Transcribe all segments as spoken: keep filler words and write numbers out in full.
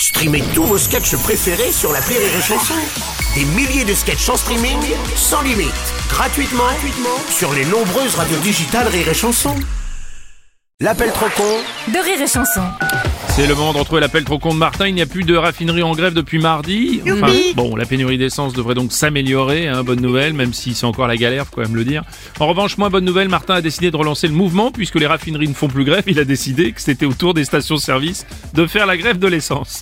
Streamez tous vos sketchs préférés sur l'appli Rire et Chanson. Des milliers de sketchs en streaming, sans limite, gratuitement, gratuitement sur les nombreuses radios digitales Rire et Chanson. L'appel trop con de Rire et Chanson. C'est le moment de retrouver l'appel trop con de Martin. Il n'y a plus de raffinerie en grève depuis mardi. Enfin, bon, la pénurie d'essence devrait donc s'améliorer, hein, bonne nouvelle, même si c'est encore la galère, faut quand même le dire. En revanche, moins bonne nouvelle, Martin a décidé de relancer le mouvement, puisque les raffineries ne font plus grève. Il a décidé que c'était au tour des stations-service de faire la grève de l'essence.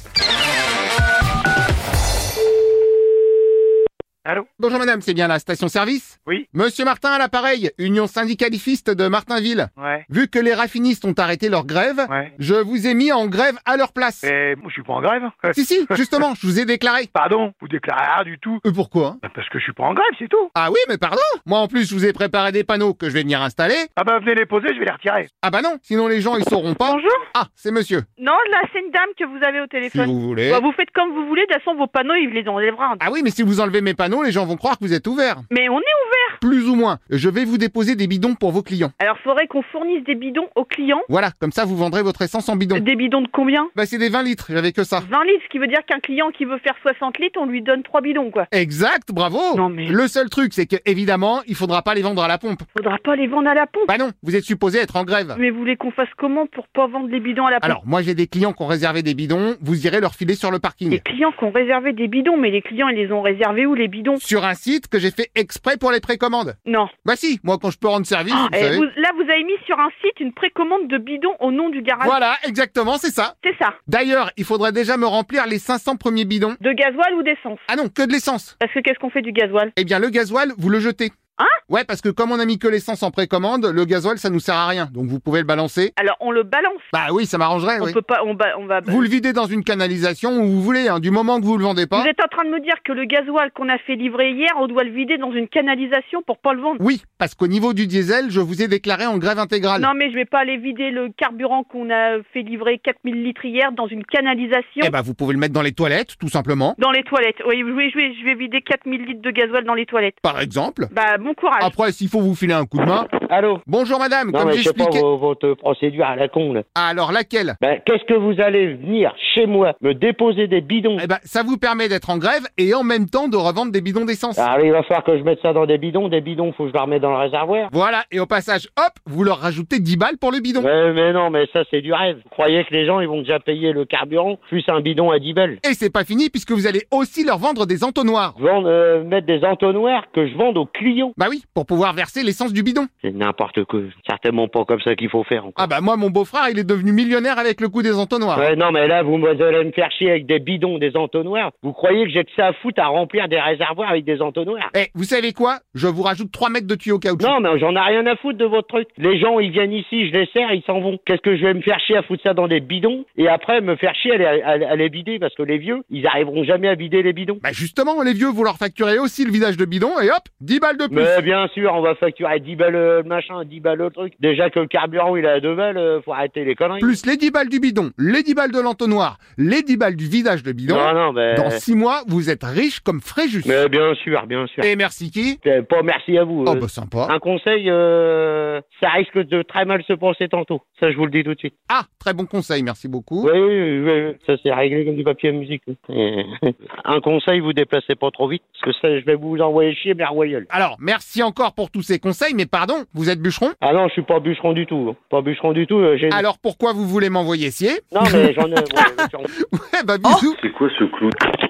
Allô? Bonjour madame, c'est bien la station-service? Oui. Monsieur Martin à l'appareil, union syndicaliste de Martinville. Ouais. Vu que les raffinistes ont arrêté leur grève, Ouais. je vous ai mis en grève à leur place. Mais moi je suis pas en grève. Si si, justement, je vous ai déclaré. Pardon, vous déclarez rien du tout. Euh, pourquoi? Parce que je suis pas en grève, c'est tout. Ah oui, mais pardon. Moi en plus, je vous ai préparé des panneaux que je vais venir installer. Ah bah venez les poser, je vais les retirer. Ah bah non, sinon les gens ils sauront pas. Bonjour. Ah, c'est monsieur. Non, là, c'est une dame que vous avez au Si téléphone. vous voulez. Bah, vous faites comme vous voulez, de toute façon, vos panneaux, il les enlèvera. Ah oui, mais si vous enlevez mes panneaux, les gens vont croire que vous êtes ouvert. Mais on est ouvert. Plus ou moins. Je vais vous déposer des bidons pour vos clients. Alors, faudrait qu'on fournisse des bidons aux clients. Voilà, comme ça vous vendrez votre essence en bidon. Des bidons de combien? Bah c'est des vingt litres, j'avais que ça. vingt litres, ce qui veut dire qu'un client qui veut faire soixante litres, on lui donne trois bidons, quoi. Exact, bravo. Non, mais- Le seul truc, c'est que évidemment, il faudra pas les vendre à la pompe. Faudra pas les vendre à la pompe. Bah non, vous êtes supposé être en grève. Mais vous voulez qu'on fasse comment pour pas vendre les bidons à la pompe? Alors, moi j'ai des clients qui ont réservé des bidons, vous irez leur filer sur le Les parking. clients qui ont réservé des bidons, mais les clients, ils les ont réservés où, les bidons? Sur un site que j'ai fait exprès pour les précommandes. Non. Bah si, moi quand je peux rendre service, Ah, vous eh, savez. vous- là, vous avez mis sur un site une précommande de bidons au nom du garage. Voilà, exactement, c'est ça. C'est ça. D'ailleurs, il faudrait déjà me remplir les cinq cents premiers bidons. De gasoil ou d'essence? Ah non, que de l'essence. Parce que qu'est-ce qu'on fait du gasoil? Eh bien, le gasoil, vous le jetez. Hein? Ouais, parce que comme on a mis que l'essence en précommande, le gasoil, ça nous sert à rien. Donc vous pouvez le balancer. Alors, on le balance. Bah oui, ça m'arrangerait, On oui. peut pas, on, ba- on va. Vous le videz dans une canalisation où vous voulez, hein, du moment que vous le vendez pas. Vous êtes en train de me dire que le gasoil qu'on a fait livrer hier, on doit le vider dans une canalisation pour pas le vendre? Oui, parce qu'au niveau du diesel, je vous ai déclaré en grève intégrale. Non, mais je vais pas aller vider le carburant qu'on a fait livrer quatre mille litres hier dans une canalisation. Eh ben, vous pouvez le mettre dans les toilettes, tout simplement. Dans les toilettes. Oui, oui, oui, je vais vider quatre mille litres de gasoil dans les toilettes. Par exemple. Bah, bon courage. Après, s'il faut vous filer un coup de main. Allô? Bonjour madame, Non, comme mais je sais pas j'expliquais. vo- votre procédure à la con, là. Ah, alors laquelle? Ben, qu'est-ce que vous allez venir chez moi me déposer des bidons? Eh ben, ça vous permet d'être en grève et en même temps de revendre des bidons d'essence. Ah, il va falloir que je mette ça dans des bidons. Des bidons, faut que je les remette dans le réservoir. Voilà, et au passage, hop, vous leur rajoutez dix balles pour le bidon. Ouais, mais non, mais ça, c'est du rêve. Vous croyez que les gens, ils vont déjà payer le carburant plus un bidon à dix balles? Et c'est pas fini puisque vous allez aussi leur vendre des entonnoirs. Vendre, euh, mettre des entonnoirs que je vende aux clients. Bah oui, pour pouvoir verser l'essence du bidon. C'est n'importe quoi. Certainement pas comme ça qu'il faut faire. Encore. Ah bah moi, mon beau-frère, il est devenu millionnaire avec le coup des entonnoirs. Ouais, non, mais là, vous me- allez me faire chier avec des bidons, des entonnoirs. Vous croyez que j'ai que ça à foutre à remplir des réservoirs avec des entonnoirs? Eh, vous savez quoi? Je vous rajoute trois mètres de tuyaux caoutchouc. Non, mais j'en ai rien à foutre de votre truc. Les gens, ils viennent ici, je les sers, ils s'en vont. Qu'est-ce que je vais me faire chier à foutre ça dans des bidons et après me faire chier à les, à, à les vider parce que les vieux, ils arriveront jamais à vider les bidons. Bah justement, les vieux, vous leur facturez aussi le vidage de bidon et hop, dix balles de plus. Mais bien sûr, on va facturer dix balles le machin, dix balles le truc. Déjà que le carburant, il est à deux balles, euh, faut arrêter les conneries. Plus les dix balles du bidon, les dix balles de l'entonnoir, les dix balles du vidage de bidon. Non, non, mais... Dans six mois, vous êtes riche comme Fréjus. Mais bien sûr, bien sûr. Et merci qui? Euh, Pas merci à vous. Oh euh. bah sympa. Un conseil, euh, ça risque de très mal se passer tantôt. Ça, je vous le dis tout de suite. Ah, très bon conseil, merci beaucoup. Oui, oui, oui, oui, oui. Ça c'est réglé comme du papier à musique. Euh, Un conseil, vous déplacez pas trop vite, parce que ça, je vais vous envoyer chier, mais royal. Alors, merci encore pour tous ces conseils, mais pardon, vous êtes bûcheron? Ah non, je suis pas bûcheron du tout. hein. Pas bûcheron du tout. euh, j'ai... Alors pourquoi vous voulez m'envoyer scier? Non, mais j'en ai... ouais, j'en- Ouais, bah bisous. C'est quoi ce clown?